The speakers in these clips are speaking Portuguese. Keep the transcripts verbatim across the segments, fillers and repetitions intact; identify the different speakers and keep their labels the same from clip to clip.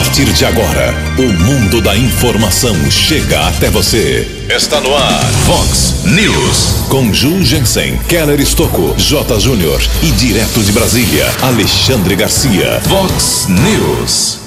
Speaker 1: partir de agora, o mundo da informação chega até você. Está no ar, Vox News. Com Ju Jensen, Keller Estocco, J. Júnior e direto de Brasília, Alexandre Garcia. Vox News.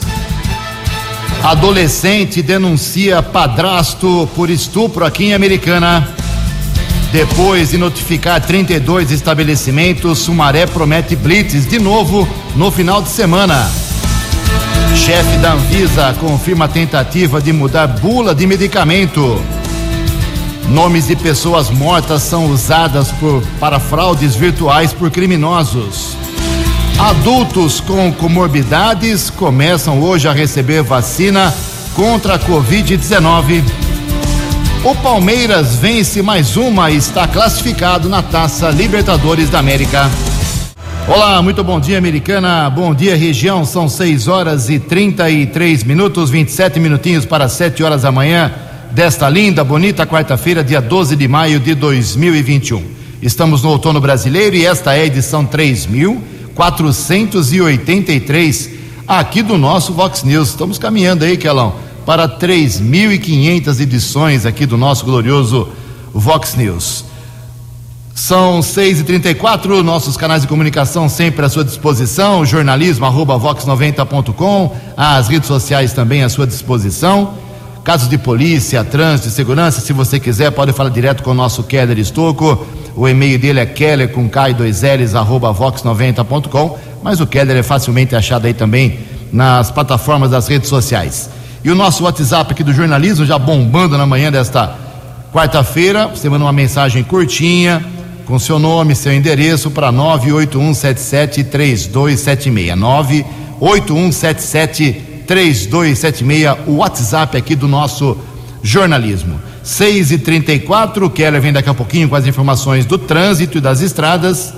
Speaker 2: Adolescente denuncia padrasto por estupro aqui em Americana. Depois de notificar trinta e dois estabelecimentos, Sumaré promete blitz de novo no final de semana. Chefe da Anvisa confirma a tentativa de mudar bula de medicamento. Nomes de pessoas mortas são usadas por, para fraudes virtuais por criminosos. Adultos com comorbidades começam hoje a receber vacina contra a covid dezenove. O Palmeiras vence mais uma e está classificado na Taça Libertadores da América. Olá, muito bom dia, Americana. Bom dia, região. São seis horas e trinta e três minutos, vinte e sete minutinhos para sete horas da manhã desta linda, bonita quarta-feira, dia doze de maio de dois mil e vinte e um. Estamos no outono brasileiro e esta é a edição três mil quatrocentos e oitenta e três aqui do nosso Vox News. Estamos caminhando aí, Kelão, para três mil e quinhentas edições aqui do nosso glorioso Vox News. São seis e trinta e quatro, nossos canais de comunicação sempre à sua disposição, jornalismo arroba vox noventa ponto com, as redes sociais também à sua disposição. Casos de polícia, trânsito e segurança, se você quiser pode falar direto com o nosso Keller Estocco. O e-mail dele é keller com k e dois l's arroba vox noventa ponto com, mas o Keller é facilmente achado aí também nas plataformas das redes sociais. E o nosso WhatsApp aqui do jornalismo já bombando na manhã desta quarta-feira. Você manda uma mensagem curtinha com seu nome, seu endereço para nove oito um sete sete três dois sete seis, nove oito um sete sete três dois sete seis, o WhatsApp aqui do nosso jornalismo. seis e trinta e quatro, o Keller vem daqui a pouquinho com as informações do trânsito e das estradas.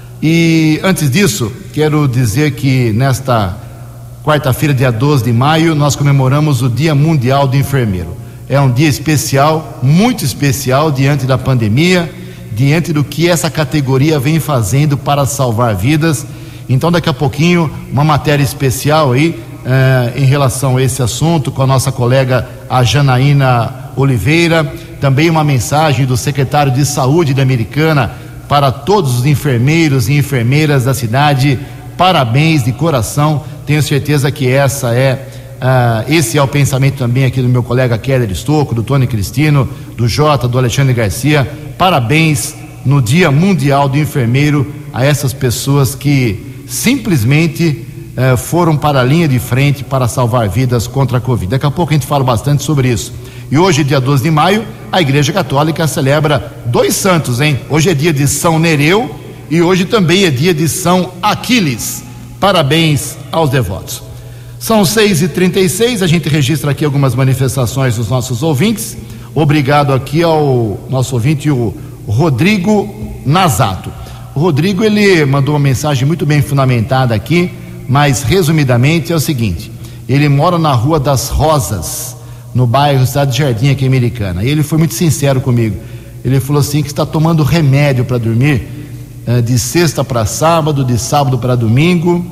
Speaker 2: E antes disso, quero dizer que nesta quarta-feira, dia doze de maio, nós comemoramos o Dia Mundial do Enfermeiro. É um dia especial, muito especial, diante da pandemia, diante do que essa categoria vem fazendo para salvar vidas. Então, daqui a pouquinho, uma matéria especial aí eh, em relação a esse assunto, com a nossa colega, a Janaína Oliveira. Também uma mensagem do secretário de Saúde da Americana para todos os enfermeiros e enfermeiras da cidade. Parabéns de coração. Tenho certeza que essa é, uh, esse é o pensamento também aqui do meu colega Keller Estocco, do Tony Cristino, do Jota, do Alexandre Garcia. Parabéns no Dia Mundial do Enfermeiro a essas pessoas que simplesmente uh, foram para a linha de frente para salvar vidas contra a Covid. Daqui a pouco a gente fala bastante sobre isso. E hoje, dia doze de maio, a Igreja Católica celebra dois santos, hein? Hoje é dia de São Nereu e hoje também é dia de São Aquiles. Parabéns aos devotos. São seis e trinta e seis, a gente registra aqui algumas manifestações dos nossos ouvintes. Obrigado aqui ao nosso ouvinte, o Rodrigo Nazato. O Rodrigo, ele mandou uma mensagem muito bem fundamentada aqui, mas resumidamente é o seguinte: ele mora na Rua das Rosas, no bairro Cidade Jardim, aqui em Americana. E ele foi muito sincero comigo. Ele falou assim que está tomando remédio para dormir de sexta para sábado, de sábado para domingo,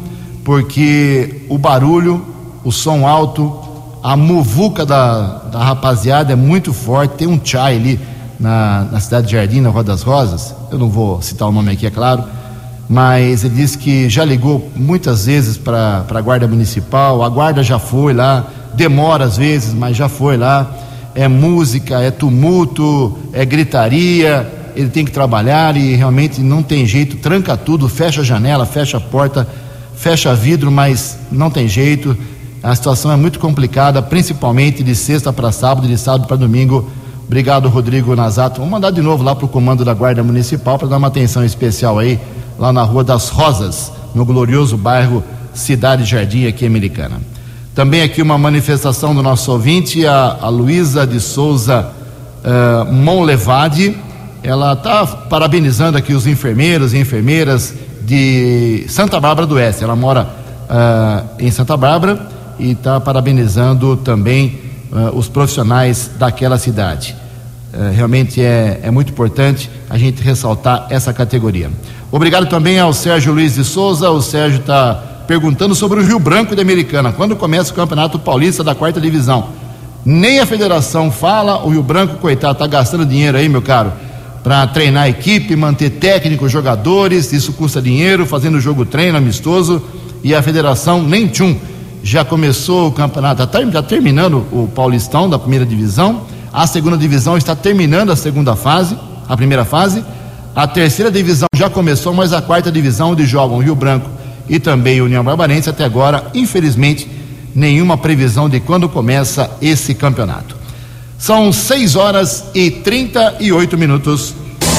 Speaker 2: porque o barulho, o som alto, a muvuca da, da rapaziada é muito forte. Tem um chai ali na, na Cidade de Jardim, na Rua das Rosas, eu não vou citar o nome aqui, é claro, mas ele disse que já ligou muitas vezes para a Guarda Municipal. A guarda já foi lá, demora às vezes, mas já foi lá. É música, é tumulto, é gritaria. Ele tem que trabalhar e realmente não tem jeito, tranca tudo, fecha a janela, fecha a porta, fecha vidro, mas não tem jeito. A situação é muito complicada, principalmente de sexta para sábado, de sábado para domingo. Obrigado, Rodrigo Nazato. Vamos mandar de novo lá para o comando da Guarda Municipal para dar uma atenção especial aí, lá na Rua das Rosas, no glorioso bairro Cidade Jardim, aqui em Americana. Também aqui uma manifestação do nosso ouvinte, a, a Luísa de Souza uh, Monlevade. Ela está parabenizando aqui os enfermeiros e enfermeiras de Santa Bárbara do Oeste. Ela mora uh, em Santa Bárbara e está parabenizando também uh, os profissionais daquela cidade. Uh, realmente é, é muito importante a gente ressaltar essa categoria. Obrigado também ao Sérgio Luiz de Souza. O Sérgio está perguntando sobre o Rio Branco de Americana, quando começa o Campeonato Paulista da quarta divisão. Nem a federação fala, o Rio Branco, coitado, tá gastando dinheiro aí, meu caro, para treinar a equipe, manter técnicos, jogadores, isso custa dinheiro, fazendo jogo treino amistoso, e a federação nem tchum. Já começou o campeonato, está tá terminando o Paulistão da primeira divisão, a segunda divisão está terminando a segunda fase, a primeira fase, a terceira divisão já começou, mas a quarta divisão, onde jogam Rio Branco e também União Barbarense, até agora, infelizmente, nenhuma previsão de quando começa esse campeonato. São seis horas e trinta e oito minutos.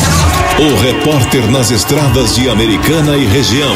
Speaker 1: O repórter nas estradas de Americana e região,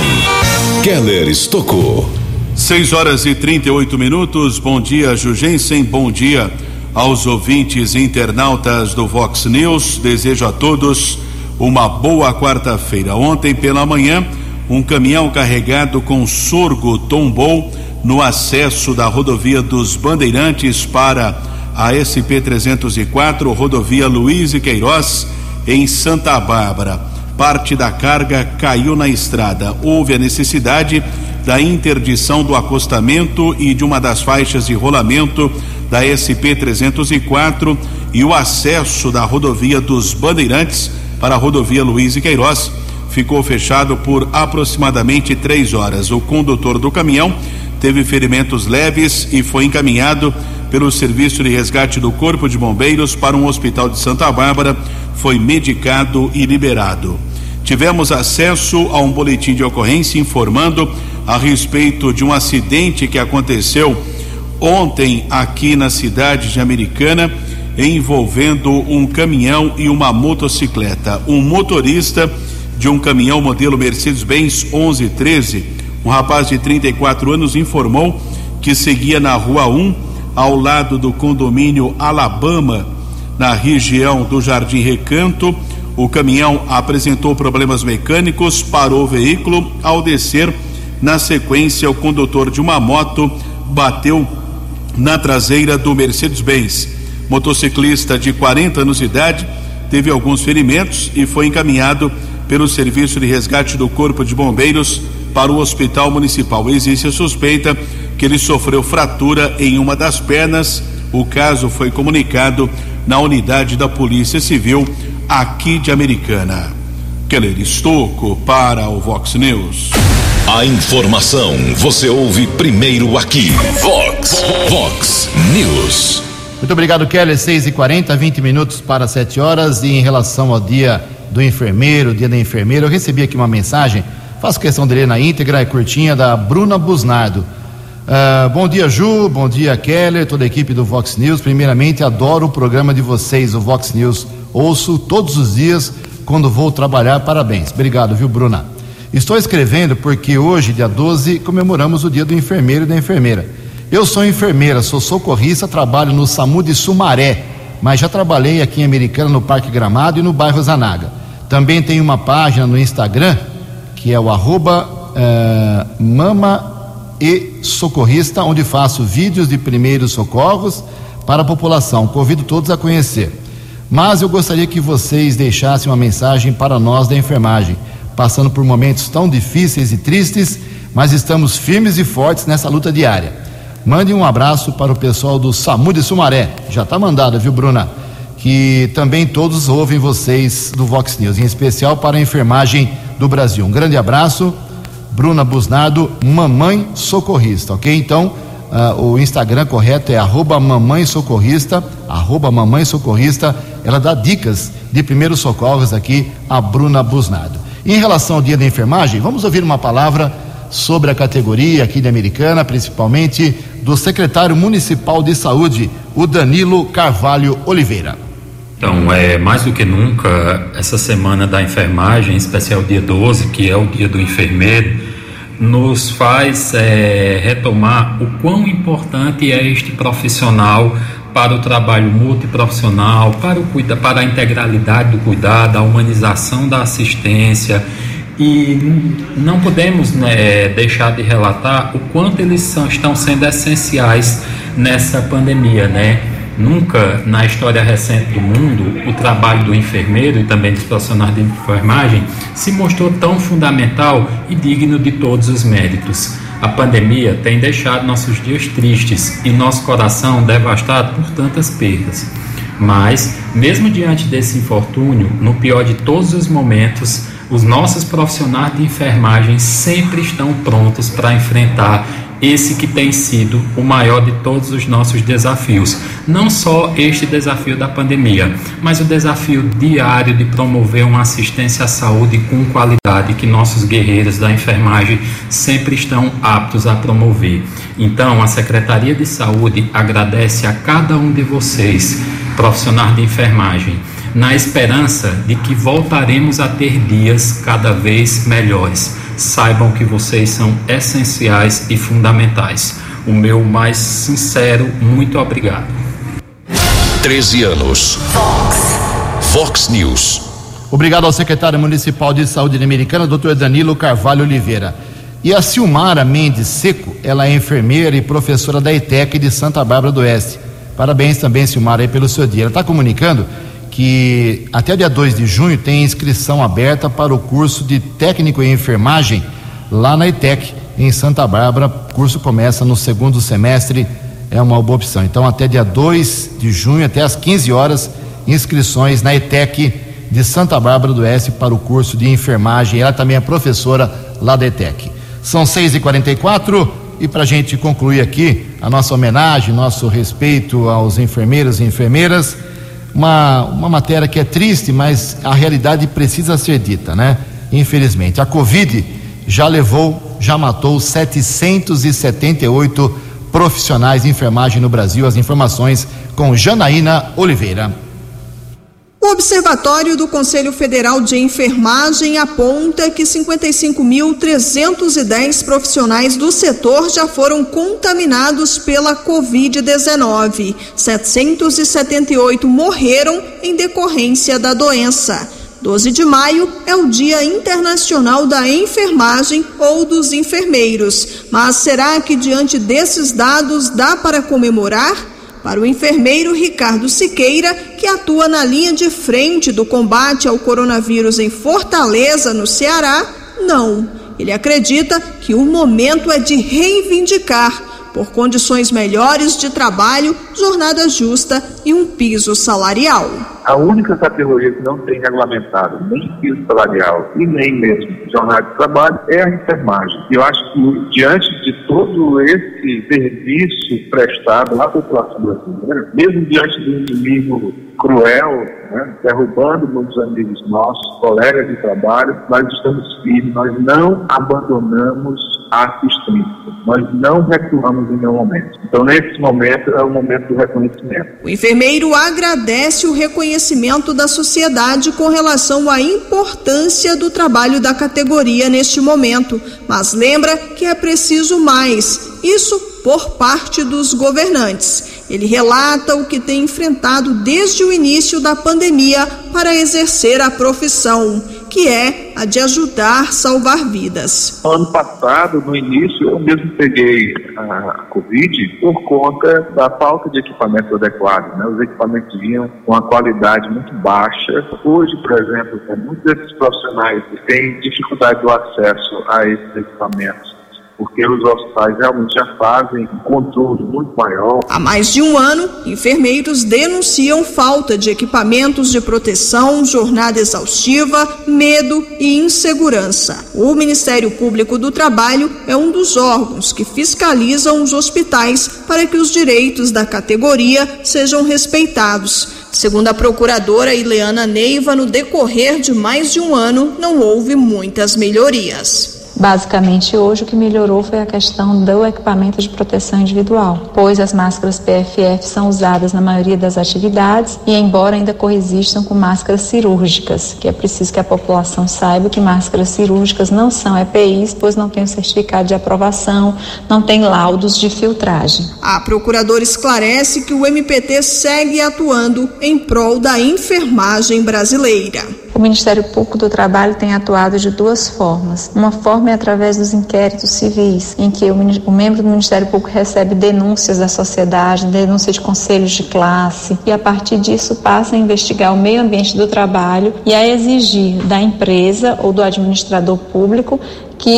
Speaker 1: Keller Estocou.
Speaker 3: seis horas e trinta e oito minutos. Bom dia, Jugensen. Bom dia aos ouvintes e internautas do Vox News. Desejo a todos uma boa quarta-feira. Ontem pela manhã, um caminhão carregado com sorgo tombou no acesso da rodovia dos Bandeirantes para a S P trezentos e quatro, rodovia Luiz e Queiroz, em Santa Bárbara. Parte da carga caiu na estrada. Houve a necessidade da interdição do acostamento e de uma das faixas de rolamento da S P trezentos e quatro e o acesso da rodovia dos Bandeirantes para a rodovia Luiz e Queiroz ficou fechado por aproximadamente três horas. O condutor do caminhão teve ferimentos leves e foi encaminhado pelo Serviço de Resgate do Corpo de Bombeiros para um hospital de Santa Bárbara, foi medicado e liberado. Tivemos acesso a um boletim de ocorrência informando a respeito de um acidente que aconteceu ontem aqui na cidade de Americana, envolvendo um caminhão e uma motocicleta. Um motorista de um caminhão modelo Mercedes-Benz onze treze, um rapaz de trinta e quatro anos, informou que seguia na rua um, ao lado do condomínio Alabama, na região do Jardim Recanto. O caminhão apresentou problemas mecânicos, parou o veículo. Ao descer, na sequência, o condutor de uma moto bateu na traseira do Mercedes-Benz. Motociclista de quarenta anos de idade teve alguns ferimentos e foi encaminhado pelo Serviço de Resgate do Corpo de Bombeiros para o Hospital Municipal. Existe a suspeita que ele sofreu fratura em uma das pernas. O caso foi comunicado na unidade da Polícia Civil aqui de Americana. Keller Estocco para o Vox News.
Speaker 1: A informação você ouve primeiro aqui. Vox, Vox News.
Speaker 2: Muito obrigado, Keller. seis e quarenta, vinte minutos para sete horas. E em relação ao dia do enfermeiro, dia da enfermeira, eu recebi aqui uma mensagem, faço questão de ler na íntegra, é curtinha, da Bruna Busnardo. Uh, bom dia, Ju, bom dia, Keller, toda a equipe do Vox News. Primeiramente, adoro o programa de vocês, o Vox News. Ouço todos os dias quando vou trabalhar. Parabéns. Obrigado, viu, Bruna? Estou escrevendo porque hoje, dia doze, comemoramos o dia do enfermeiro e da enfermeira. Eu sou enfermeira, sou socorrista, trabalho no SAMU de Sumaré, mas já trabalhei aqui em Americana, no Parque Gramado e no bairro Zanaga. Também tenho uma página no Instagram, que é o arroba uh, Mama e Socorrista, onde faço vídeos de primeiros socorros para a população. Convido todos a conhecer. Mas eu gostaria que vocês deixassem uma mensagem para nós da enfermagem, passando por momentos tão difíceis e tristes, mas estamos firmes e fortes nessa luta diária. Mande um abraço para o pessoal do SAMU de Sumaré. Já está mandado, viu, Bruna? Que também todos ouvem vocês do Vox News, em especial para a enfermagem do Brasil. Um grande abraço, Bruna Busnardo, Mamãe Socorrista, ok? Então, uh, o Instagram correto é arroba Mamãe Socorrista, arroba Mamãe Socorrista. Ela dá dicas de primeiros socorros aqui, a Bruna Busnardo. Em relação ao dia da enfermagem, vamos ouvir uma palavra sobre a categoria aqui de Americana, principalmente do secretário municipal de saúde, o Danilo Carvalho Oliveira.
Speaker 4: Então, é, mais do que nunca, essa semana da enfermagem, em especial dia doze, que é o dia do enfermeiro, nos faz é, retomar o quão importante é este profissional para o trabalho multiprofissional, para, o, para a integralidade do cuidado, a humanização da assistência. E não podemos, né, deixar de relatar o quanto eles são, estão sendo essenciais nessa pandemia, né? Nunca na história recente do mundo o trabalho do enfermeiro e também dos profissionais de enfermagem se mostrou tão fundamental e digno de todos os méritos. A pandemia tem deixado nossos dias tristes e nosso coração devastado por tantas perdas. Mas, mesmo diante desse infortúnio, no pior de todos os momentos, os nossos profissionais de enfermagem sempre estão prontos para enfrentar esse que tem sido o maior de todos os nossos desafios. Não só este desafio da pandemia, mas o desafio diário de promover uma assistência à saúde com qualidade que nossos guerreiros da enfermagem sempre estão aptos a promover. Então, a Secretaria de Saúde agradece a cada um de vocês, profissionais de enfermagem, na esperança de que voltaremos a ter dias cada vez melhores. Saibam que vocês são essenciais e fundamentais. O meu mais sincero muito obrigado.
Speaker 1: treze anos. Fox. Fox News.
Speaker 2: Obrigado ao secretário municipal de saúde Americana, doutor Danilo Carvalho Oliveira. E a Silmara Mendes Seco, ela é enfermeira e professora da E T E C de Santa Bárbara do Oeste. Parabéns também, Silmara, aí pelo seu dia. Ela está comunicando que até dia dois de junho tem inscrição aberta para o curso de técnico em enfermagem lá na E T E C, em Santa Bárbara. O curso começa no segundo semestre, é uma boa opção. Então, até dia dois de junho, até às quinze horas, inscrições na E T E C de Santa Bárbara do Oeste para o curso de enfermagem. Ela também é professora lá da E T E C. São seis e quarenta e quatro e para a gente concluir aqui a nossa homenagem, nosso respeito aos enfermeiros e enfermeiras, Uma, uma matéria que é triste, mas a realidade precisa ser dita, né? Infelizmente, a Covid já levou, já matou setecentos e setenta e oito profissionais de enfermagem no Brasil. As informações com Janaína Oliveira.
Speaker 5: O Observatório do Conselho Federal de Enfermagem aponta que cinquenta e cinco mil trezentos e dez profissionais do setor já foram contaminados pela covid dezenove. setecentos e setenta e oito morreram em decorrência da doença. doze de maio é o Dia Internacional da Enfermagem ou dos Enfermeiros. Mas será que diante desses dados dá para comemorar? Para o enfermeiro Ricardo Siqueira, que atua na linha de frente do combate ao coronavírus em Fortaleza, no Ceará, não. Ele acredita que o momento é de reivindicar, por condições melhores de trabalho, jornada justa e um piso salarial.
Speaker 6: A única categoria que não tem regulamentado nem piso salarial e nem mesmo jornada de trabalho é a enfermagem. E eu acho que, diante de todo esse serviço prestado à população brasileira, mesmo diante de um inimigo cruel, né, derrubando muitos amigos nossos, colegas de trabalho, nós estamos firmes, nós não abandonamos a assistência, nós não recuamos em nenhum momento. Então, nesse momento, é o momento do reconhecimento.
Speaker 5: O enfermeiro agradece o reconhecimento da sociedade com relação à importância do trabalho da categoria neste momento, mas lembra que é preciso mais, isso por parte dos governantes. Ele relata o que tem enfrentado desde o início da pandemia para exercer a profissão, que é a de ajudar a salvar vidas.
Speaker 6: Ano passado, no início, eu mesmo peguei a Covid por conta da falta de equipamento adequado, né? Os equipamentos vinham com uma qualidade muito baixa. Hoje, por exemplo, muitos desses profissionais têm dificuldade do acesso a esses equipamentos, porque os hospitais realmente já fazem um controle muito maior.
Speaker 5: Há mais de um ano, enfermeiros denunciam falta de equipamentos de proteção, jornada exaustiva, medo e insegurança. O Ministério Público do Trabalho é um dos órgãos que fiscalizam os hospitais para que os direitos da categoria sejam respeitados. Segundo a procuradora Ileana Neiva, no decorrer de mais de um ano, não houve muitas melhorias.
Speaker 7: Basicamente, hoje o que melhorou foi a questão do equipamento de proteção individual, pois as máscaras P F F são usadas na maioria das atividades e, embora ainda coexistam com máscaras cirúrgicas, que é preciso que a população saiba que máscaras cirúrgicas não são E P Is, pois não tem o certificado de aprovação, não tem laudos de filtragem.
Speaker 5: A procuradora esclarece que o M P T segue atuando em prol da enfermagem brasileira.
Speaker 7: O Ministério Público do Trabalho tem atuado de duas formas. Uma forma é através dos inquéritos civis, em que o, o membro do Ministério Público recebe denúncias da sociedade, denúncias de conselhos de classe, e a partir disso passa a investigar o meio ambiente do trabalho e a exigir da empresa ou do administrador público que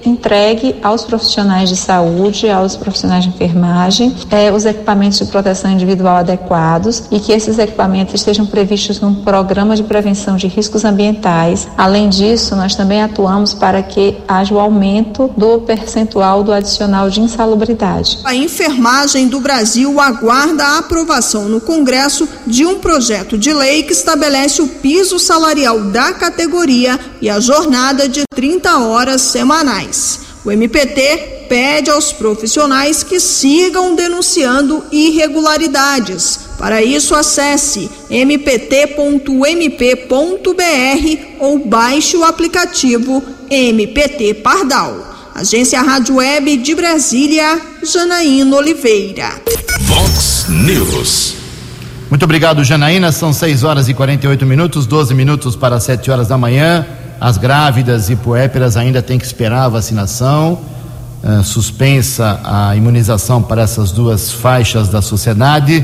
Speaker 7: entregue aos profissionais de saúde, aos profissionais de enfermagem, eh, os equipamentos de proteção individual adequados e que esses equipamentos estejam previstos num programa de prevenção de riscos ambientais. Além disso, nós também atuamos para que haja o aumento do percentual do adicional de insalubridade.
Speaker 5: A enfermagem do Brasil aguarda a aprovação no Congresso de um projeto de lei que estabelece o piso salarial da categoria e a jornada de trinta horas semanais. O M P T pede aos profissionais que sigam denunciando irregularidades. Para isso, acesse m p t ponto m p ponto b r ou baixe o aplicativo M P T Pardal. Agência Rádio Web de Brasília, Janaína Oliveira.
Speaker 1: Vox News.
Speaker 2: Muito obrigado, Janaína. São seis horas e quarenta e oito minutos, doze minutos para sete horas da manhã. As grávidas e puérperas ainda têm que esperar a vacinação. Uh, suspensa a imunização para essas duas faixas da sociedade.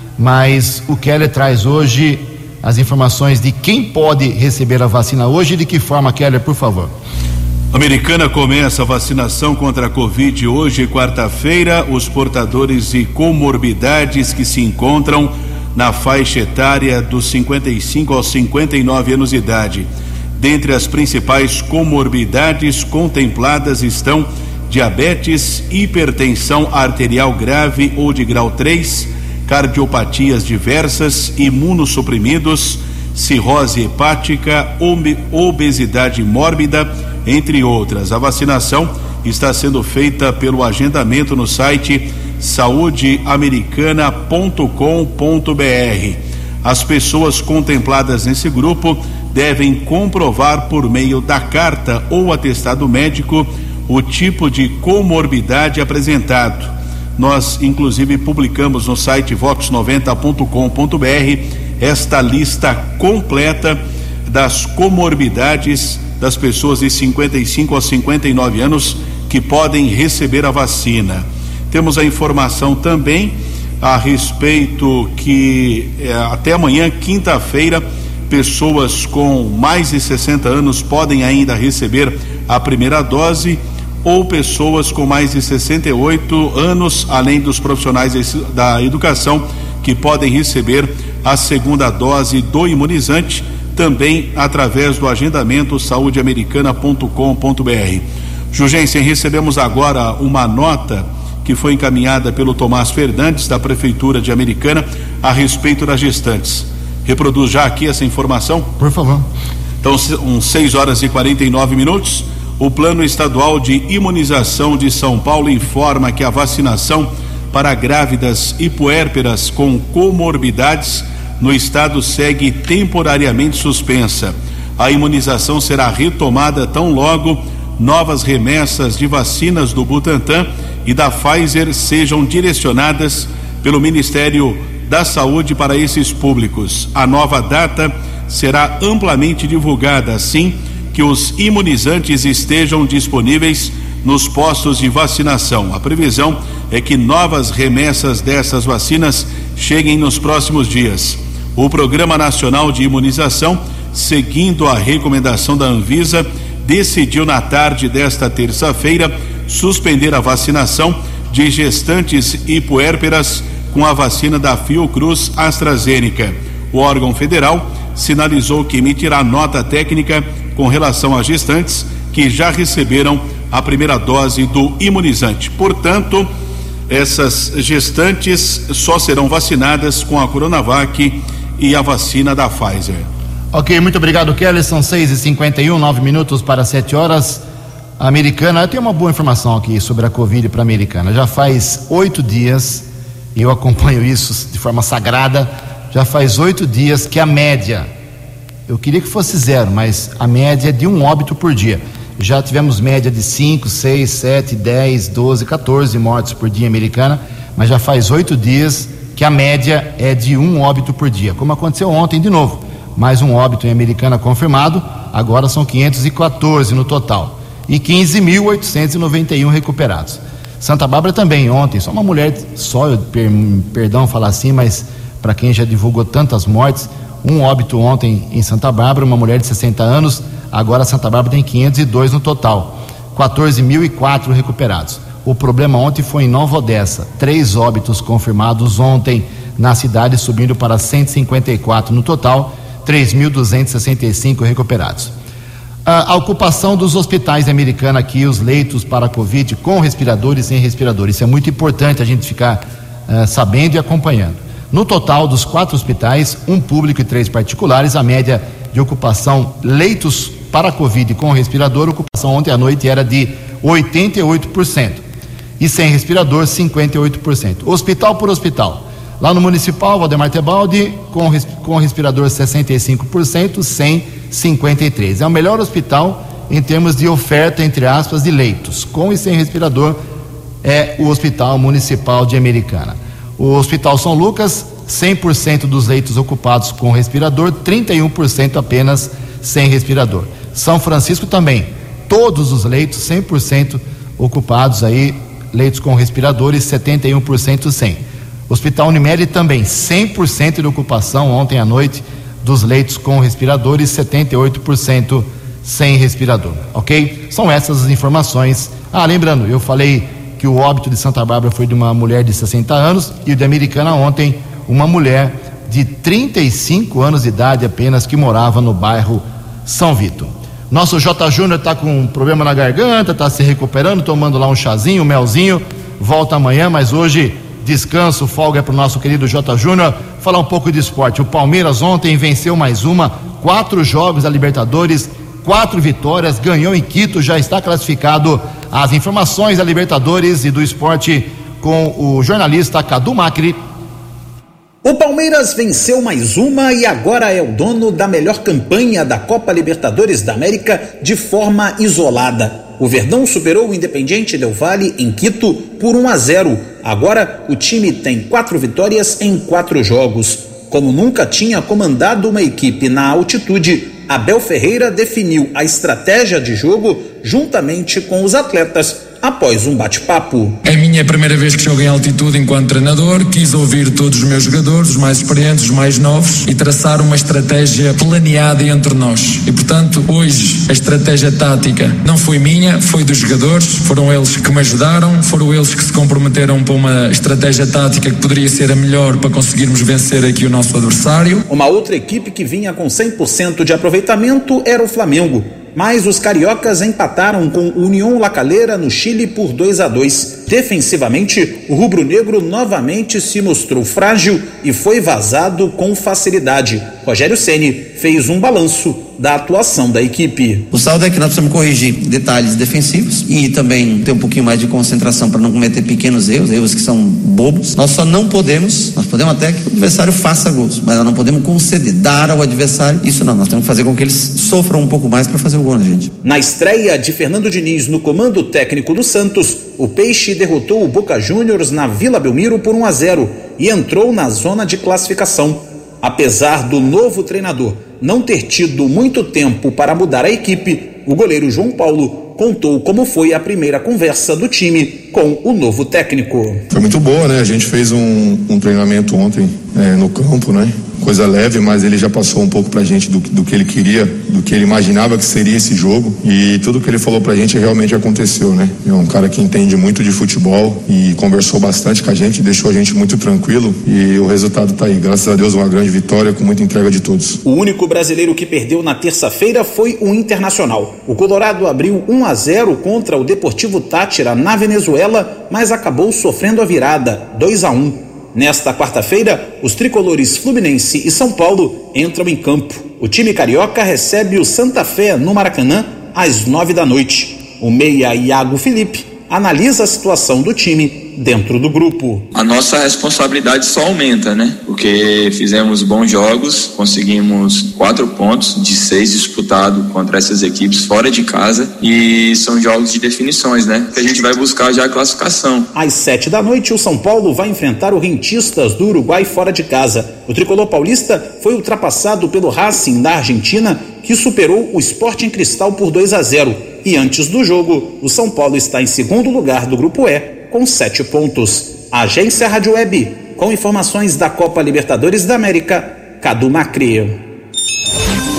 Speaker 2: Mas o Keller traz hoje as informações de quem pode receber a vacina hoje e de que forma, Keller, por favor.
Speaker 3: A Americana começa a vacinação contra a Covid hoje, quarta-feira. Os portadores de comorbidades que se encontram na faixa etária dos cinquenta e cinco aos cinquenta e nove anos de idade. Dentre as principais comorbidades contempladas estão diabetes, hipertensão arterial grave ou de grau três, cardiopatias diversas, imunossuprimidos, cirrose hepática, obesidade mórbida, entre outras. A vacinação está sendo feita pelo agendamento no site saúde americana ponto com ponto b r. As pessoas contempladas nesse grupo devem comprovar por meio da carta ou atestado médico o tipo de comorbidade apresentado. Nós, inclusive, publicamos no site vox noventa ponto com ponto b r esta lista completa das comorbidades das pessoas de cinquenta e cinco a cinquenta e nove anos que podem receber a vacina. Temos a informação também a respeito que eh, até amanhã, quinta-feira, pessoas com mais de sessenta anos podem ainda receber a primeira dose, ou pessoas com mais de sessenta e oito anos, além dos profissionais da educação, que podem receber a segunda dose do imunizante, também através do agendamento saúde americana ponto com ponto b r. Jugensen, recebemos agora uma nota que foi encaminhada pelo Tomás Fernandes, da Prefeitura de Americana, a respeito das gestantes. Reproduz já aqui essa informação?
Speaker 2: Por favor.
Speaker 3: Então, uns seis horas e quarenta e nove minutos. O Plano Estadual de Imunização de São Paulo informa que a vacinação para grávidas e puérperas com comorbidades no estado segue temporariamente suspensa. A imunização será retomada tão logo novas remessas de vacinas do Butantan e da Pfizer sejam direcionadas pelo Ministério da Saúde para esses públicos. A nova data será amplamente divulgada assim que os imunizantes estejam disponíveis nos postos de vacinação. A previsão é que novas remessas dessas vacinas cheguem nos próximos dias. O Programa Nacional de Imunização, seguindo a recomendação da Anvisa, decidiu na tarde desta terça-feira suspender a vacinação de gestantes e puérperas com a vacina da Fiocruz AstraZeneca. O órgão federal sinalizou que emitirá nota técnica com relação a gestantes que já receberam a primeira dose do imunizante. Portanto, essas gestantes só serão vacinadas com a Coronavac e a vacina da Pfizer.
Speaker 2: Ok, muito obrigado, Kelly. São seis e cinquenta e um, nove minutos para sete horas. A Americana, eu tenho uma boa informação aqui sobre a Covid para a Americana. Já faz oito dias, e eu acompanho isso de forma sagrada, já faz oito dias que a média, eu queria que fosse zero, mas a média é de um óbito por dia. Já tivemos média de cinco, seis, sete, dez, doze, quatorze mortes por dia em Americana, mas já faz oito dias que a média é de um óbito por dia, como aconteceu ontem de novo. Mais um óbito em Americana confirmado, agora são quinhentos e quatorze no total e quinze mil oitocentos e noventa e um recuperados. Santa Bárbara também ontem, só uma mulher, só eu per, perdão falar assim, mas para quem já divulgou tantas mortes, um óbito ontem em Santa Bárbara, uma mulher de sessenta anos, agora Santa Bárbara tem quinhentos e dois no total. quatorze mil e quatro recuperados. O problema ontem foi em Nova Odessa, três óbitos confirmados ontem na cidade, subindo para cento e cinquenta e quatro no total, três mil duzentos e sessenta e cinco recuperados. A, a ocupação dos hospitais Americana aqui, os leitos para a Covid com respiradores e sem respiradores, isso é muito importante a gente ficar uh, sabendo e acompanhando. No total dos quatro hospitais, um público e três particulares, a média de ocupação leitos para a Covid com respirador, a ocupação ontem à noite era de oitenta e oito por cento e sem respirador cinquenta e oito por cento. Hospital por hospital, lá no Municipal Valdemar Tebaldi com, com respirador sessenta e cinco por cento, sem cinquenta e três por cento. É o melhor hospital em termos de oferta, entre aspas, de leitos com e sem respirador, é o Hospital Municipal de Americana. O Hospital São Lucas, cem por cento dos leitos ocupados com respirador, trinta e um por cento apenas sem respirador. São Francisco também, todos os leitos cem por cento ocupados aí, leitos com respiradores, setenta e um por cento sem. Hospital Unimed também, cem por cento de ocupação ontem à noite dos leitos com respiradores, setenta e oito por cento sem respirador, ok? São essas as informações. Ah, lembrando, eu falei que o óbito de Santa Bárbara foi de uma mulher de sessenta anos e o de Americana ontem, uma mulher de trinta e cinco anos de idade apenas, que morava no bairro São Vito. Nosso J. Júnior está com um problema na garganta, está se recuperando, tomando lá um chazinho, um melzinho, volta amanhã, mas hoje descanso, folga para o nosso querido J. Júnior. Falar um pouco de esporte. O Palmeiras ontem venceu mais uma, quatro jogos da Libertadores, quatro vitórias, ganhou em Quito, já está classificado. As informações da Libertadores e do esporte com o jornalista Cadu Macri.
Speaker 8: O Palmeiras venceu mais uma e agora é o dono da melhor campanha da Copa Libertadores da América de forma isolada. O Verdão superou o Independiente Del Valle em Quito por um a zero. Agora o time tem quatro vitórias em quatro jogos. Como nunca tinha comandado uma equipe na altitude, Abel Ferreira definiu a estratégia de jogo juntamente com os atletas após um bate-papo.
Speaker 9: É a minha primeira vez que jogo em altitude enquanto treinador. Quis ouvir todos os meus jogadores, os mais experientes, os mais novos, e traçar uma estratégia planeada entre nós. E portanto, hoje a estratégia tática não foi minha, foi dos jogadores. Foram eles que me ajudaram, foram eles que se comprometeram para uma estratégia tática que poderia ser a melhor para conseguirmos vencer aqui o nosso adversário.
Speaker 8: Uma outra equipe que vinha com cem por cento de aproveitamento era o Flamengo. Mas os cariocas empataram com o União La Calera no Chile por dois a dois. Defensivamente, o rubro-negro novamente se mostrou frágil e foi vazado com facilidade. Rogério Ceni fez um balanço da atuação da equipe.
Speaker 10: O saldo é que nós precisamos corrigir detalhes defensivos e também ter um pouquinho mais de concentração para não cometer pequenos erros, erros que são bobos. Nós só não podemos, nós podemos até que o adversário faça gols, mas nós não podemos conceder, dar ao adversário, isso não, nós temos que fazer com que eles sofram um pouco mais para fazer o gol na gente.
Speaker 8: Na estreia de Fernando Diniz no comando técnico do Santos, o Peixe derrotou o Boca Juniors na Vila Belmiro por um a zero e entrou na zona de classificação. Apesar do novo treinador não ter tido muito tempo para mudar a equipe, o goleiro João Paulo contou como foi a primeira conversa do time com o novo técnico.
Speaker 11: Foi muito boa, né? A gente fez um, um treinamento ontem é, no campo, né? Coisa leve, mas ele já passou um pouco pra gente do, do que ele queria, do que ele imaginava que seria esse jogo, e tudo que ele falou pra gente realmente aconteceu, né? É um cara que entende muito de futebol e conversou bastante com a gente, deixou a gente muito tranquilo, e o resultado tá aí, graças a Deus, uma grande vitória com muita entrega de todos.
Speaker 8: O único brasileiro que perdeu na terça-feira foi o Internacional. O Colorado abriu um a zero contra o Deportivo Táchira na Venezuela, mas acabou sofrendo a virada, dois a um. Nesta quarta-feira, os tricolores Fluminense e São Paulo entram em campo. O time carioca recebe o Santa Fé no Maracanã às nove da noite. O meia Iago Felipe analisa a situação do time dentro do grupo.
Speaker 12: A nossa responsabilidade só aumenta, né? Porque fizemos bons jogos, conseguimos quatro pontos de seis disputados contra essas equipes fora de casa, e são jogos de definições, né? Que a gente vai buscar já a classificação.
Speaker 8: Às sete da noite, o São Paulo vai enfrentar o Rentistas do Uruguai fora de casa. O tricolor paulista foi ultrapassado pelo Racing da Argentina, que superou o Sporting Cristal por dois a zero. E antes do jogo, o São Paulo está em segundo lugar do Grupo E, com sete pontos. Agência Rádio Web, com informações da Copa Libertadores da América, Cadu Macri.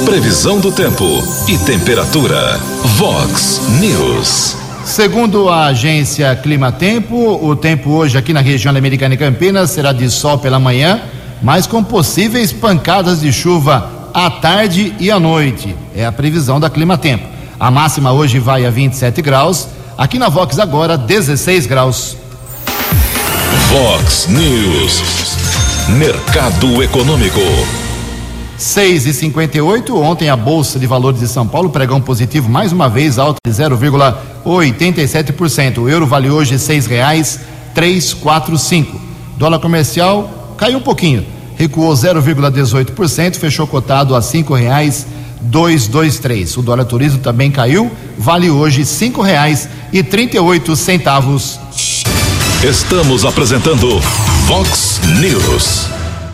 Speaker 1: previsão do tempo e temperatura. Vox News.
Speaker 2: Segundo a agência Climatempo, o tempo hoje aqui na região da Americana e Campinas será de sol pela manhã, mas com possíveis pancadas de chuva à tarde e à noite. É a previsão da Climatempo. A máxima hoje vai a vinte e sete graus. Aqui na Vox agora, dezesseis graus.
Speaker 1: Vox News. Mercado Econômico.
Speaker 2: seis e cinquenta e oito. Ontem a Bolsa de Valores de São Paulo, pregão positivo mais uma vez, alta de zero vírgula oitenta e sete por cento. O euro vale hoje seis reais trezentos e quarenta e cinco. Dólar comercial caiu um pouquinho, recuou zero vírgula dezoito por cento, fechou cotado a cinco reais duzentos e vinte e três. O dólar turismo também caiu, vale hoje cinco reais e trinta e oito centavos.
Speaker 1: Estamos apresentando Vox News.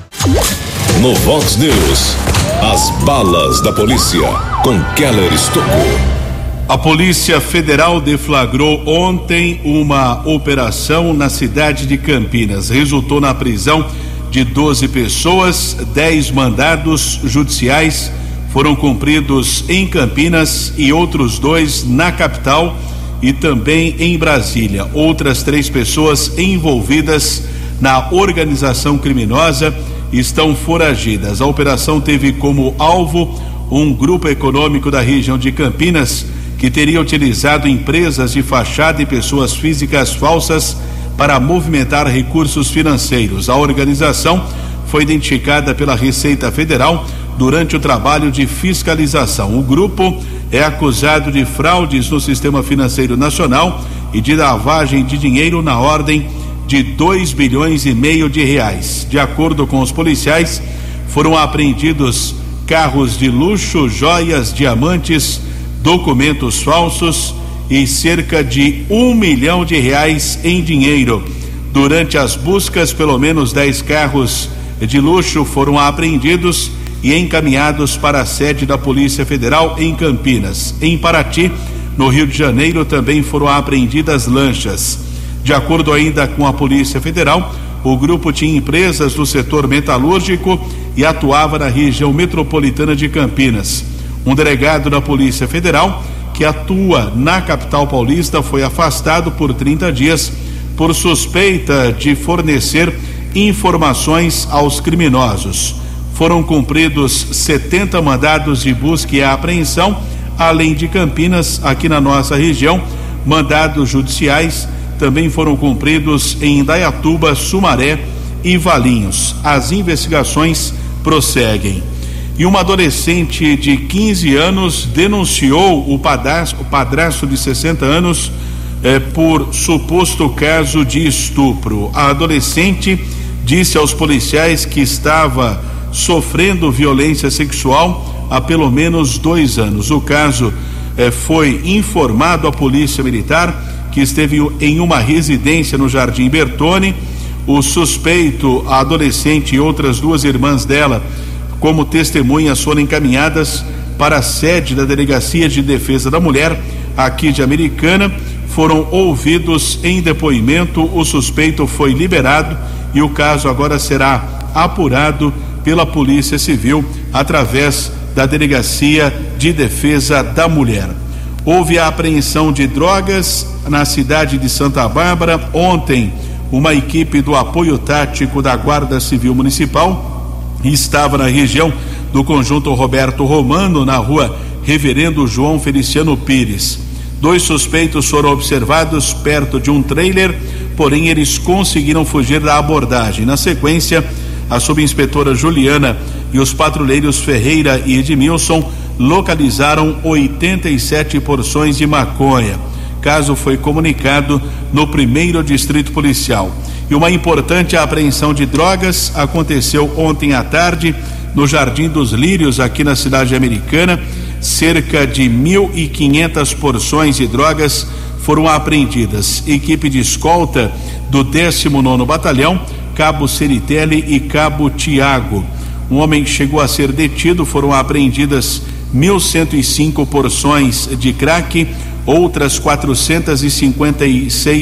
Speaker 1: No Vox News, as balas da polícia com Keller Estocou.
Speaker 3: A Polícia Federal deflagrou ontem uma operação na cidade de Campinas. Resultou na prisão de doze pessoas, dez mandados judiciais foram cumpridos em Campinas e outros dois na capital e também em Brasília. Outras três pessoas envolvidas na organização criminosa estão foragidas. A operação teve como alvo um grupo econômico da região de Campinas que teria utilizado empresas de fachada e pessoas físicas falsas para movimentar recursos financeiros. A organização foi identificada pela Receita Federal durante o trabalho de fiscalização. O grupo é acusado de fraudes no sistema financeiro nacional e de lavagem de dinheiro na ordem de dois bilhões e meio de reais. De acordo com os policiais, foram apreendidos carros de luxo, joias, diamantes, documentos falsos e cerca de um milhão de reais em dinheiro. Durante as buscas, pelo menos dez carros de luxo foram apreendidos e encaminhados para a sede da Polícia Federal em Campinas. Em Paraty, no Rio de Janeiro, também foram apreendidas lanchas. De acordo ainda com a Polícia Federal, o grupo tinha empresas do setor metalúrgico e atuava na região metropolitana de Campinas. Um delegado da Polícia Federal, que atua na capital paulista, foi afastado por trinta dias por suspeita de fornecer informações aos criminosos. Foram cumpridos setenta mandados de busca e apreensão, além de Campinas, aqui na nossa região, mandados judiciais também foram cumpridos em Indaiatuba, Sumaré e Valinhos. As investigações prosseguem. E uma adolescente de quinze anos denunciou o padrasto, o padrasto de sessenta anos eh, por suposto caso de estupro. A adolescente disse aos policiais que estava sofrendo violência sexual há pelo menos dois anos. O caso eh, foi informado à Polícia Militar, que esteve em uma residência no Jardim Bertone. O suspeito, a adolescente e outras duas irmãs dela, como testemunhas, foram encaminhadas para a sede da Delegacia de Defesa da Mulher, aqui de Americana. Foram ouvidos em depoimento, o suspeito foi liberado e o caso agora será apurado pela Polícia Civil através da Delegacia de Defesa da Mulher. Houve a apreensão de drogas na cidade de Santa Bárbara. Ontem, uma equipe do apoio tático da Guarda Civil Municipal estava na região do Conjunto Roberto Romano, na rua Reverendo João Feliciano Pires. Dois suspeitos foram observados perto de um trailer, porém eles conseguiram fugir da abordagem. Na sequência, a subinspetora Juliana e os patrulheiros Ferreira e Edmilson localizaram oitenta e sete porções de maconha. Caso foi comunicado no primeiro distrito policial. E uma importante apreensão de drogas aconteceu ontem à tarde no Jardim dos Lírios, aqui na cidade americana. Cerca de mil e quinhentas porções de drogas foram apreendidas. Equipe de escolta do décimo nono Batalhão, Cabo Seritelli e Cabo Tiago. Um homem chegou a ser detido. Foram apreendidas mil cento e cinco porções de crack, outras quatrocentas e cinquenta e seis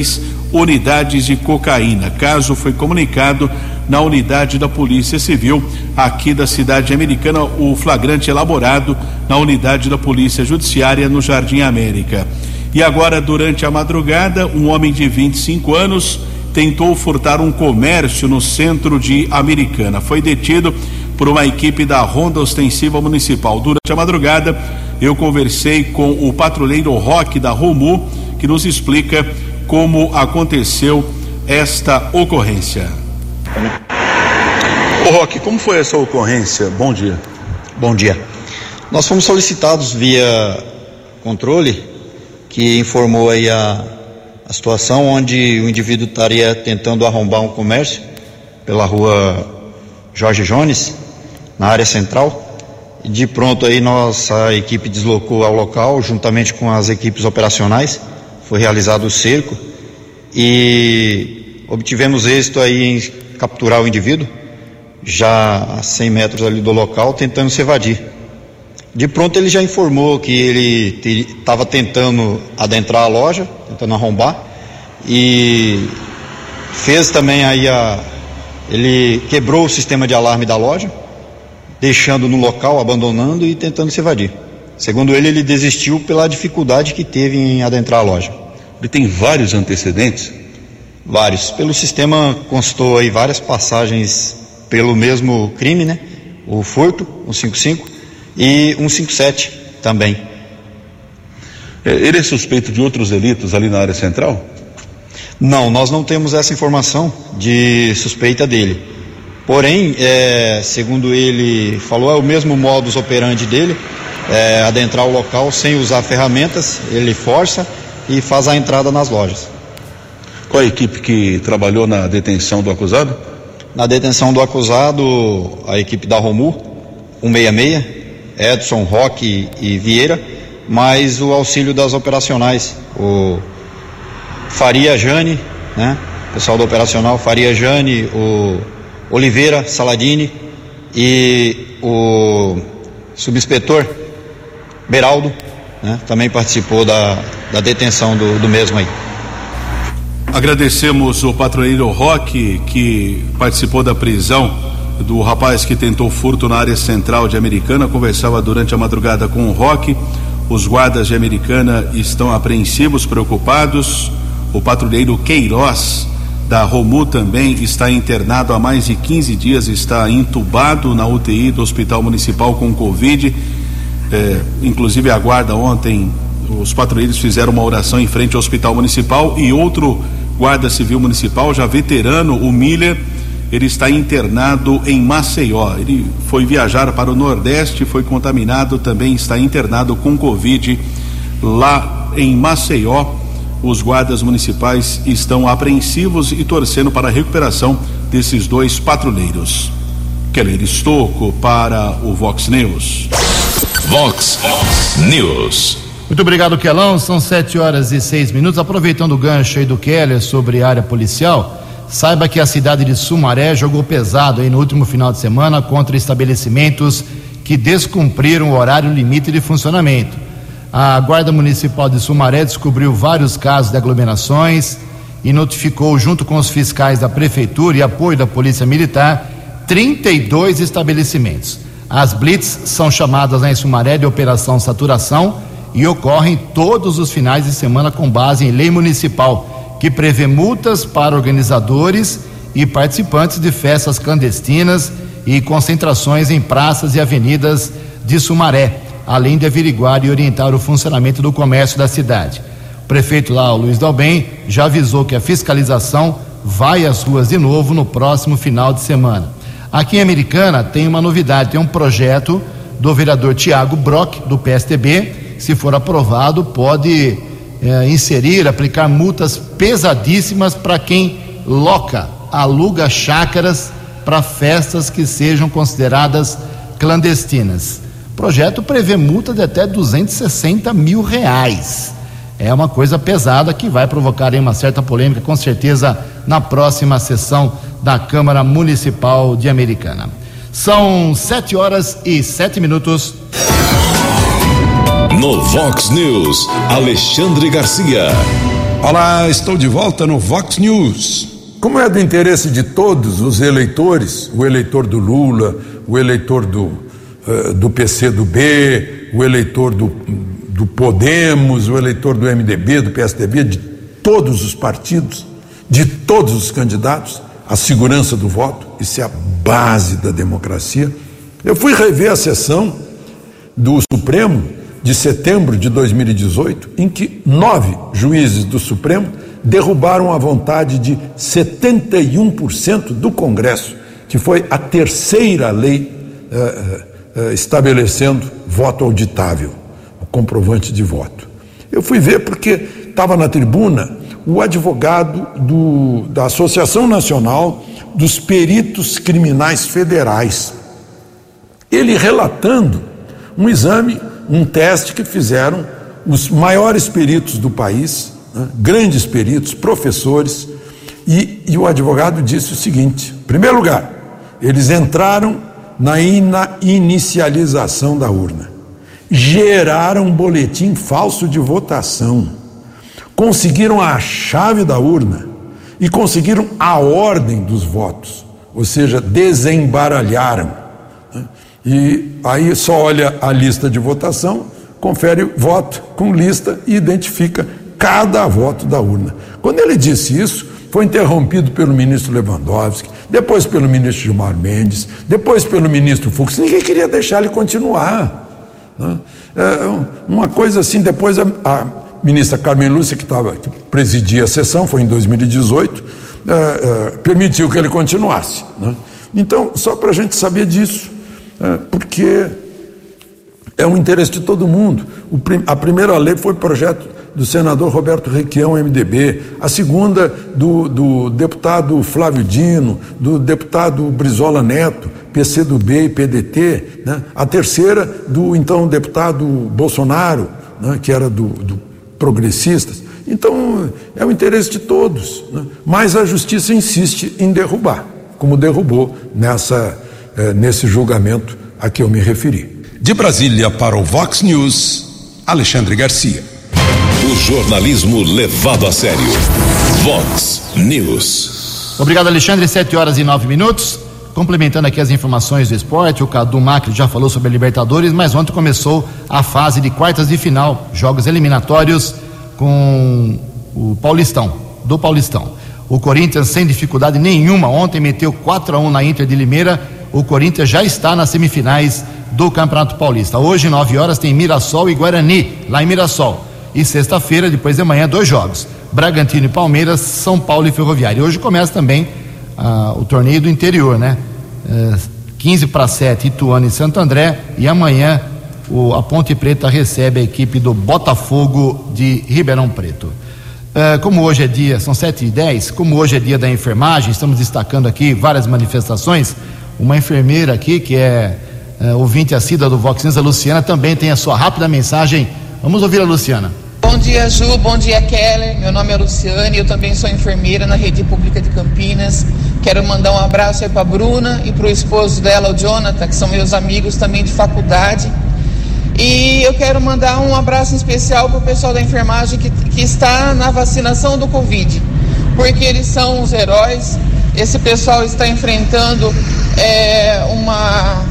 Speaker 3: unidades de cocaína. Caso foi comunicado na unidade da Polícia Civil aqui da cidade americana, o flagrante elaborado na unidade da Polícia Judiciária no Jardim América. E agora, durante a madrugada, um homem de vinte e cinco anos tentou furtar um comércio no centro de Americana. Foi detido por uma equipe da Ronda Ostensiva Municipal. Durante a madrugada, eu conversei com o patrulheiro Roque da Romu, que nos explica como aconteceu esta ocorrência.
Speaker 13: Ô Roque, como foi essa ocorrência? Bom dia.
Speaker 14: Bom dia. Nós fomos solicitados via controle, que informou aí a, a situação onde o indivíduo estaria tentando arrombar um comércio pela rua Jorge Jones, na área central. E de pronto aí nossa equipe deslocou ao local, juntamente com as equipes operacionais. Foi realizado o cerco e obtivemos êxito aí em capturar o indivíduo, já a cem metros ali do local, tentando se evadir. De pronto ele já informou que ele estava tentando adentrar a loja, tentando arrombar, e fez também aí a... ele quebrou o sistema de alarme da loja, deixando no local, abandonando e tentando se evadir. Segundo ele, ele desistiu pela dificuldade que teve em adentrar a loja.
Speaker 13: Ele tem vários antecedentes?
Speaker 14: Vários. Pelo sistema constou aí várias passagens pelo mesmo crime, né? O furto, o cinquenta e cinco, e um cinquenta e sete também.
Speaker 13: É, ele é suspeito de outros delitos ali na área central?
Speaker 14: Não, nós não temos essa informação de suspeita dele. Porém, é, segundo ele falou, é o mesmo modus operandi dele, é, adentrar o local sem usar ferramentas, ele força e faz a entrada nas lojas.
Speaker 13: Qual a equipe que trabalhou na detenção do acusado?
Speaker 14: Na detenção do acusado, a equipe da Romu, cento e sessenta e seis, Edson, Roque e Vieira, mais o auxílio das operacionais, o Faria Jane, né? Pessoal do operacional, Faria Jane, o Oliveira Saladini e o subinspetor Beraldo, né? Também participou da, da detenção do, do mesmo aí.
Speaker 3: Agradecemos o patrulheiro Roque, que participou da prisão do rapaz que tentou furto na área central de Americana. Conversava durante a madrugada com o Roque. Os guardas de Americana estão apreensivos, preocupados. O patrulheiro Queiroz da Romu também está internado há mais de quinze dias, está entubado na U T I do Hospital Municipal com Covid. É, inclusive a guarda ontem, os patrulheiros fizeram uma oração em frente ao Hospital Municipal, e outro guarda civil municipal, já veterano, o Miller, ele está internado em Maceió. Ele foi viajar para o Nordeste, foi contaminado, também está internado com Covid lá em Maceió. Os guardas municipais estão apreensivos e torcendo para a recuperação desses dois patrulheiros. Keller Estocco para o Vox News.
Speaker 1: Vox News.
Speaker 2: Muito obrigado, Kelão. São sete horas e seis minutos. Aproveitando o gancho aí do Keller sobre a área policial, saiba que a cidade de Sumaré jogou pesado aí no último final de semana contra estabelecimentos que descumpriram o horário limite de funcionamento. A Guarda Municipal de Sumaré descobriu vários casos de aglomerações e notificou, junto com os fiscais da Prefeitura e apoio da Polícia Militar, trinta e dois estabelecimentos. As blitz são chamadas em Sumaré de Operação Saturação e ocorrem todos os finais de semana com base em lei municipal, que prevê multas para organizadores e participantes de festas clandestinas e concentrações em praças e avenidas de Sumaré, além de averiguar e orientar o funcionamento do comércio da cidade. O prefeito lá, o Luiz Dalben, já avisou que a fiscalização vai às ruas de novo no próximo final de semana. Aqui em Americana tem uma novidade, tem um projeto do vereador Tiago Brock, do P S D B. Se for aprovado, pode eh, inserir, aplicar multas pesadíssimas para quem loca, aluga chácaras para festas que sejam consideradas clandestinas. O projeto prevê multa de até duzentos e sessenta mil reais. É uma coisa pesada que vai provocar aí uma certa polêmica, com certeza, na próxima sessão da Câmara Municipal de Americana. São sete horas e sete minutos.
Speaker 1: No Vox News, Alexandre Garcia.
Speaker 15: Olá, estou de volta no Vox News. Como é do interesse de todos os eleitores, o eleitor do Lula, o eleitor do, uh, do P C do B, o eleitor do, do Podemos, o eleitor do M D B, do P S D B, de todos os partidos, de todos os candidatos, a segurança do voto, isso é a base da democracia. Eu fui rever a sessão do Supremo de setembro de dois mil e dezoito, em que nove juízes do Supremo derrubaram a vontade de setenta e um por cento do Congresso, que foi a terceira lei eh, eh, estabelecendo voto auditável, o comprovante de voto. Eu fui ver porque estava na tribuna o advogado do, da Associação Nacional dos Peritos Criminais Federais, ele relatando um exame, um teste que fizeram os maiores peritos do país, né, grandes peritos, professores, e, e o advogado disse o seguinte: em primeiro lugar, eles entraram na ina, inicialização da urna, geraram um boletim falso de votação, conseguiram a chave da urna e conseguiram a ordem dos votos, ou seja, desembaralharam, né? E aí só olha a lista de votação, confere voto com lista e identifica cada voto da urna. Quando ele disse isso, foi interrompido pelo ministro Lewandowski, depois pelo ministro Gilmar Mendes, depois pelo ministro Fux. Ninguém queria deixar ele continuar, né? É uma coisa assim. Depois a, a ministra Carmen Lúcia, que, tava, que presidia a sessão, foi em dois mil e dezoito, é, é, permitiu que ele continuasse, né? Então, só para a gente saber disso, é, porque é um interesse de todo mundo. O, a primeira lei foi projeto do senador Roberto Requião, M D B, a segunda do, do deputado Flávio Dino, do deputado Brizola Neto, P C do B e P D T, né? A terceira do então deputado Bolsonaro, né? Que era do, do Progressistas. Então é o interesse de todos, né? Mas a justiça insiste em derrubar, como derrubou nessa, eh, nesse julgamento a que eu me referi.
Speaker 16: De Brasília para o Vox News, Alexandre Garcia.
Speaker 1: O jornalismo levado a sério. Vox News.
Speaker 2: Obrigado, Alexandre. Sete horas e nove minutos. Complementando aqui as informações do esporte, o Cadu Macri já falou sobre a Libertadores, mas ontem começou a fase de quartas de final, jogos eliminatórios com o Paulistão, do Paulistão. O Corinthians, sem dificuldade nenhuma, ontem meteu quatro a um na Inter de Limeira. O Corinthians já está nas semifinais do Campeonato Paulista. Hoje, nove horas, tem Mirassol e Guarani, lá em Mirassol. E sexta-feira, depois de amanhã, dois jogos: Bragantino e Palmeiras, São Paulo e Ferroviária. E hoje começa também ah, o torneio do interior, né? É, quinze para sete, Ituano e Santo André. E amanhã o, a Ponte Preta recebe a equipe do Botafogo de Ribeirão Preto. É, como hoje é dia, são sete e dez, como hoje é dia da enfermagem, estamos destacando aqui várias manifestações. Uma enfermeira aqui, que é, é ouvinte assídua do Vox News, a Luciana, também tem a sua rápida mensagem. Vamos ouvir a Luciana.
Speaker 17: Bom dia, Ju, bom dia, Keller. Meu nome é Luciane, eu também sou enfermeira na Rede Pública de Campinas. Quero mandar um abraço aí para a Bruna e para o esposo dela, o Jonathan, que são meus amigos também de faculdade. E eu quero mandar um abraço especial para o pessoal da enfermagem que, que está na vacinação do Covid, porque eles são os heróis. Esse pessoal está enfrentando é, uma...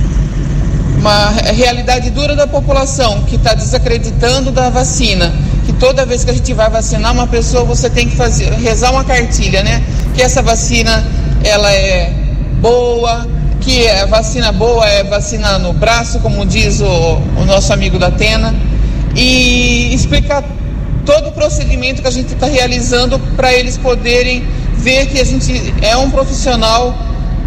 Speaker 17: uma realidade dura da população, que está desacreditando da vacina, que toda vez que a gente vai vacinar uma pessoa, você tem que fazer, rezar uma cartilha, né? Que essa vacina, ela é boa, que a vacina boa é vacina no braço, como diz o, o nosso amigo da Atena, e explicar todo o procedimento que a gente está realizando para eles poderem ver que a gente é um profissional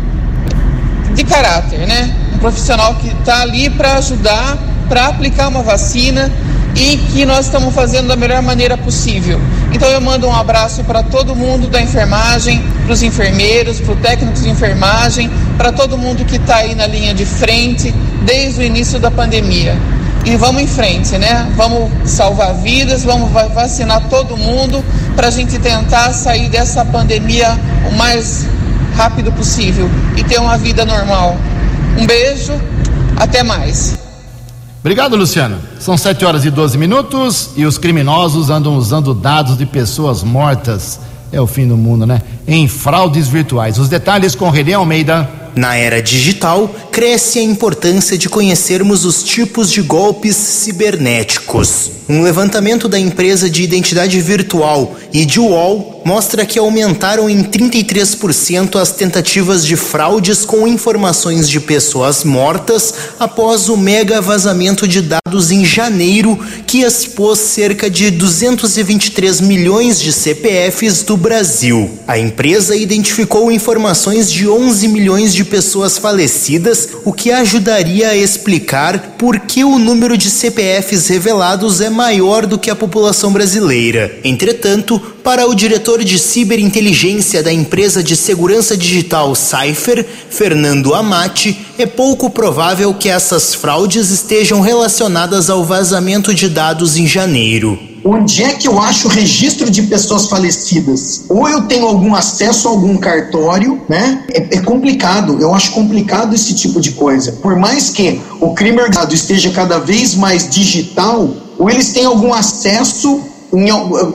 Speaker 17: de caráter, né? Um profissional que está ali para ajudar, para aplicar uma vacina, e que nós estamos fazendo da melhor maneira possível. Então eu mando um abraço para todo mundo da enfermagem, para os enfermeiros, para os técnicos de enfermagem, para todo mundo que está aí na linha de frente desde o início da pandemia. E vamos em frente, né? Vamos salvar vidas, vamos vacinar todo mundo para a gente tentar sair dessa pandemia o mais rápido possível e ter uma vida normal. Um beijo, até mais.
Speaker 2: Obrigado, Luciano. São sete horas e doze minutos e os criminosos andam usando dados de pessoas mortas. É o fim do mundo, né? Em fraudes virtuais. Os detalhes com Renê Almeida.
Speaker 18: Na era digital, cresce a importância de conhecermos os tipos de golpes cibernéticos. Um levantamento da empresa de identidade virtual IDWall mostra que aumentaram em trinta e três por cento as tentativas de fraudes com informações de pessoas mortas após o mega vazamento de dados em janeiro, que expôs cerca de duzentos e vinte e três milhões de C P Fs do Brasil. A empresa identificou informações de onze milhões de pessoas falecidas, o que ajudaria a explicar por que o número de C P Fs revelados é maior do que a população brasileira. Entretanto, para o diretor de ciberinteligência da empresa de segurança digital Cypher, Fernando Amati, é pouco provável que essas fraudes estejam relacionadas ao vazamento de dados em janeiro.
Speaker 19: Onde é que eu acho registro de pessoas falecidas? Ou eu tenho algum acesso a algum cartório, né? É, é complicado, eu acho complicado esse tipo de coisa. Por mais que o crime organizado esteja cada vez mais digital, ou eles têm algum acesso em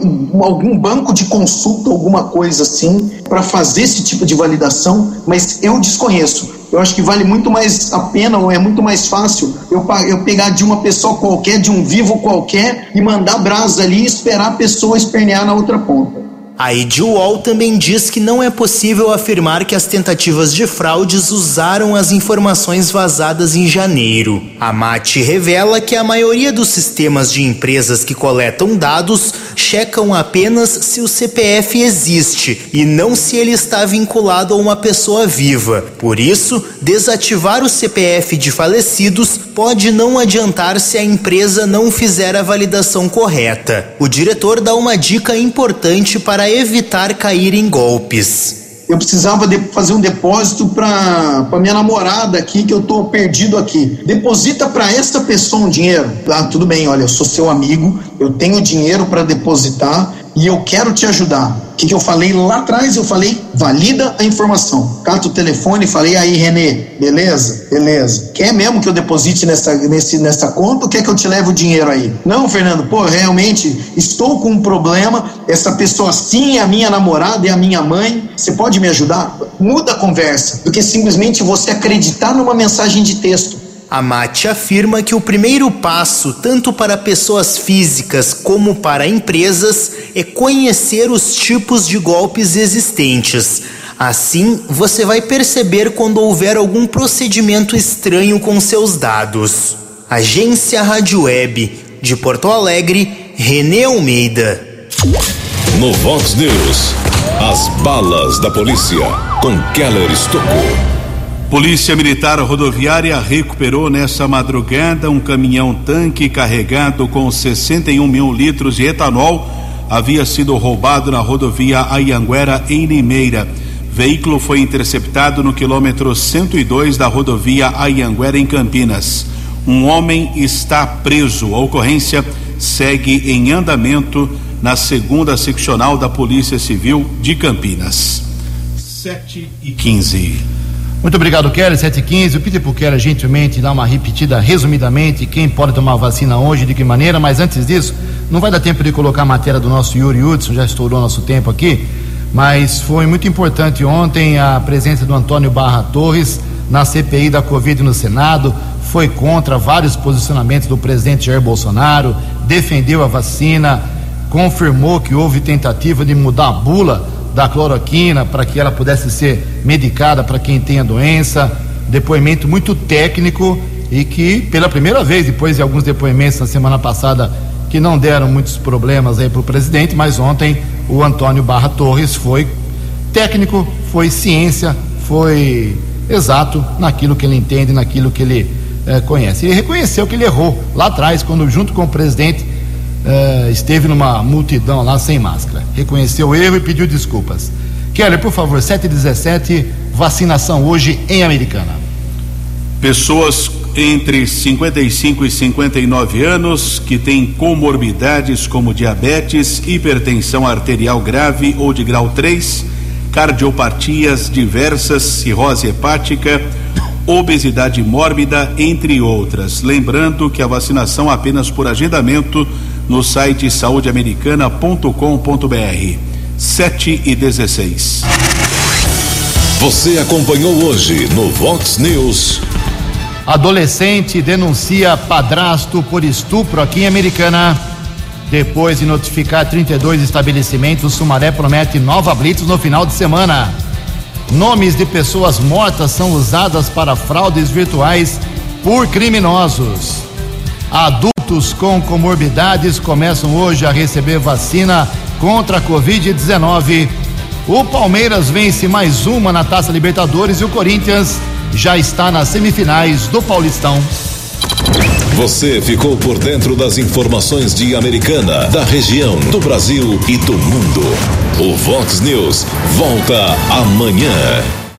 Speaker 19: algum banco de consulta, alguma coisa assim, para fazer esse tipo de validação, mas eu desconheço. Eu acho que vale muito mais a pena, ou é muito mais fácil eu, eu pegar de uma pessoa qualquer, de um vivo qualquer, e mandar brasa ali e esperar a pessoa espernear na outra ponta.
Speaker 18: A IDWall também diz que não é possível afirmar que as tentativas de fraudes usaram as informações vazadas em janeiro. A Mati revela que a maioria dos sistemas de empresas que coletam dados checam apenas se o C P F existe e não se ele está vinculado a uma pessoa viva. Por isso, desativar o C P F de falecidos pode não adiantar se a empresa não fizer a validação correta. O diretor dá uma dica importante para evitar cair em golpes.
Speaker 19: Eu precisava de fazer um depósito para minha namorada aqui, que eu tô perdido aqui. Deposita para essa pessoa um dinheiro. Ah, tudo bem, olha, eu sou seu amigo, eu tenho dinheiro para depositar e eu quero te ajudar. O que, que eu falei lá atrás? Eu falei, valida a informação. Cato o telefone e falei, aí Renê, beleza? Beleza. Quer mesmo que eu deposite nessa, nesse, nessa conta ou quer que eu te leve o dinheiro aí? Não, Fernando, pô, realmente estou com um problema, essa pessoa sim é a minha namorada, é a minha mãe, você pode me ajudar? Muda a conversa, do que simplesmente você acreditar numa mensagem de texto.
Speaker 18: A Mati afirma que o primeiro passo, tanto para pessoas físicas como para empresas, é conhecer os tipos de golpes existentes. Assim, você vai perceber quando houver algum procedimento estranho com seus dados. Agência Rádio Web, de Porto Alegre, Renê Almeida.
Speaker 1: No Vox News, as balas da polícia, com Keller Estocou.
Speaker 3: Polícia Militar Rodoviária recuperou nessa madrugada um caminhão-tanque carregado com sessenta e um mil litros de etanol. Havia sido roubado na rodovia Anhanguera, em Limeira. Veículo foi interceptado no quilômetro cento e dois da rodovia Anhanguera, em Campinas. Um homem está preso. A ocorrência segue em andamento na segunda seccional da Polícia Civil de Campinas. sete e quinze.
Speaker 2: Muito obrigado, Kelly. sete e quinze. Eu pedi para o Kelly gentilmente dar uma repetida resumidamente quem pode tomar vacina hoje, de que maneira, mas antes disso, não vai dar tempo de colocar a matéria do nosso Yuri Hudson, já estourou nosso tempo aqui, mas foi muito importante ontem a presença do Antônio Barra Torres na C P I da Covid no Senado. Foi contra vários posicionamentos do presidente Jair Bolsonaro, defendeu a vacina, confirmou que houve tentativa de mudar a bula da cloroquina para que ela pudesse ser medicada para quem tem a doença. Depoimento muito técnico e que pela primeira vez, depois de alguns depoimentos na semana passada que não deram muitos problemas aí para o presidente, mas ontem o Antônio Barra Torres foi técnico, foi ciência, foi exato naquilo que ele entende, naquilo que ele eh, conhece. Ele reconheceu que ele errou lá atrás, quando junto com o presidente Uh, esteve numa multidão lá sem máscara. Reconheceu o erro e pediu desculpas. Keller, por favor, sete e dezessete, vacinação hoje em Americana.
Speaker 3: Pessoas entre cinquenta e cinco e cinquenta e nove anos que têm comorbidades como diabetes, hipertensão arterial grave ou de grau três, cardiopatias diversas, cirrose hepática obesidade mórbida, entre outras. Lembrando que a vacinação apenas por agendamento no site saúde americana ponto com ponto br. sete e dezesseis.
Speaker 1: Você acompanhou hoje no Vox News.
Speaker 2: Adolescente denuncia padrasto por estupro aqui em Americana. Depois de notificar trinta e dois estabelecimentos, Sumaré promete nova blitz no final de semana. Nomes de pessoas mortas são usadas para fraudes virtuais por criminosos. Adultos com comorbidades começam hoje a receber vacina contra a covid dezenove. O Palmeiras vence mais uma na Taça Libertadores e o Corinthians já está nas semifinais do Paulistão.
Speaker 1: Você ficou por dentro das informações de Americana, da região, do Brasil e do mundo. O Vox News volta amanhã.